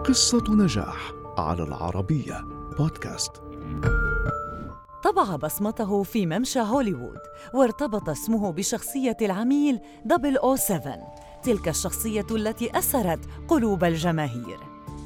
قصة نجاح على العربية بودكاست. طبع بصمته في ممشى هوليوود، وارتبط اسمه بشخصية العميل 007، تلك الشخصية التي أسرت قلوب الجماهير.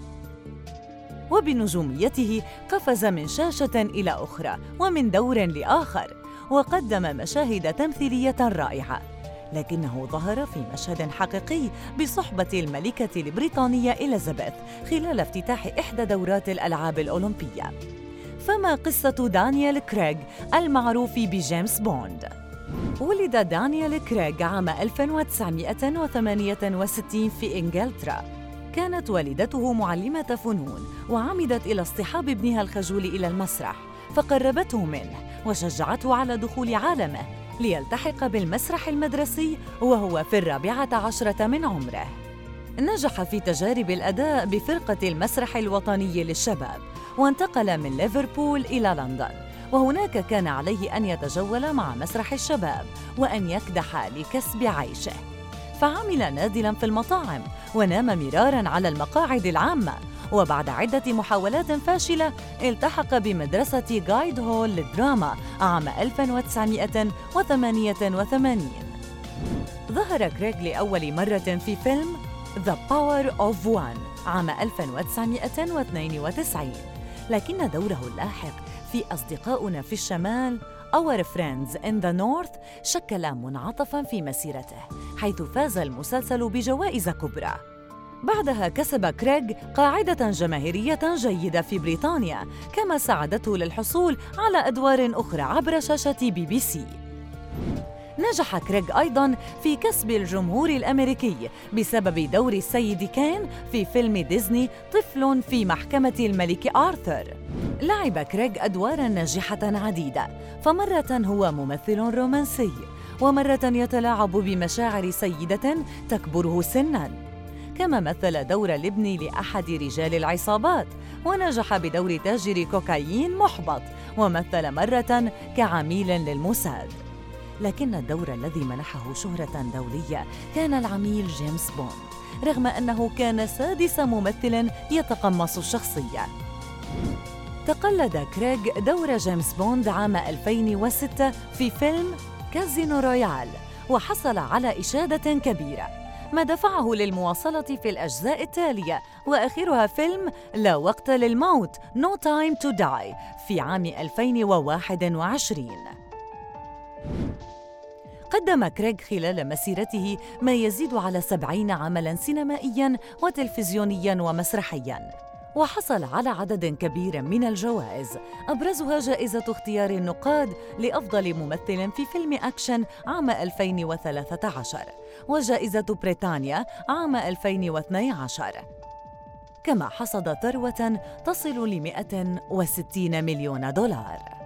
وبنجوميته قفز من شاشة إلى أخرى ومن دور لآخر، وقدم مشاهد تمثيلية رائعة، لكنه ظهر في مشهد حقيقي بصحبة الملكة البريطانية إليزابيث خلال افتتاح إحدى دورات الألعاب الأولمبية. فما قصة دانيال كريغ المعروف بجيمس بوند؟ ولد دانيال كريغ عام 1968 في إنجلترا. كانت والدته معلمة فنون، وعمدت إلى اصطحاب ابنها الخجول إلى المسرح، فقربته منه وشجعته على دخول عالمه ليلتحق بالمسرح المدرسي وهو في 14 من عمره. نجح في تجارب الأداء بفرقة المسرح الوطني للشباب، وانتقل من ليفربول إلى لندن، وهناك كان عليه أن يتجول مع مسرح الشباب وأن يكدح لكسب عيشه. فعمل نادلاً في المطاعم، ونام مراراً على المقاعد العامة، وبعد عدة محاولات فاشلة التحق بمدرسة غايد هول للدراما عام 1988. ظهر كريغ لأول مرة في فيلم The Power of One عام 1992، لكن دوره اللاحق في أصدقاؤنا في الشمال Our Friends in the North شكل منعطفاً في مسيرته، حيث فاز المسلسل بجوائز كبرى. بعدها كسب كريغ قاعدة جماهيرية جيدة في بريطانيا، كما ساعدته للحصول على أدوار أخرى عبر شاشة BBC. نجح كريغ أيضاً في كسب الجمهور الأمريكي بسبب دور السيد كين في فيلم ديزني طفل في محكمة الملك آرثر. لعب كريغ أدواراً ناجحة عديدة، فمرة هو ممثل رومانسي، ومرة يتلاعب بمشاعر سيدة تكبره سناً. كما مثل دور الابن لأحد رجال العصابات، ونجح بدور تاجر كوكايين محبط، ومثل مرة كعميل للموساد. لكن الدور الذي منحه شهرة دولية كان العميل جيمس بوند، رغم أنه كان سادس ممثل يتقمص الشخصية. تقلد كريغ دور جيمس بوند عام 2006 في فيلم كازينو رويال، وحصل على إشادة كبيرة، ما دفعه للمواصلة في الأجزاء التالية، وآخرها فيلم لا وقت للموت No Time to Die في عام 2021. قدم كريغ خلال مسيرته ما يزيد على 70 عملاً سينمائياً وتلفزيونياً ومسرحياً، وحصل على عدد كبير من الجوائز، أبرزها جائزة اختيار النقاد لأفضل ممثل في فيلم أكشن عام 2013، وجائزة بريطانيا عام 2012. كما حصد ثروة تصل ل $160 مليون.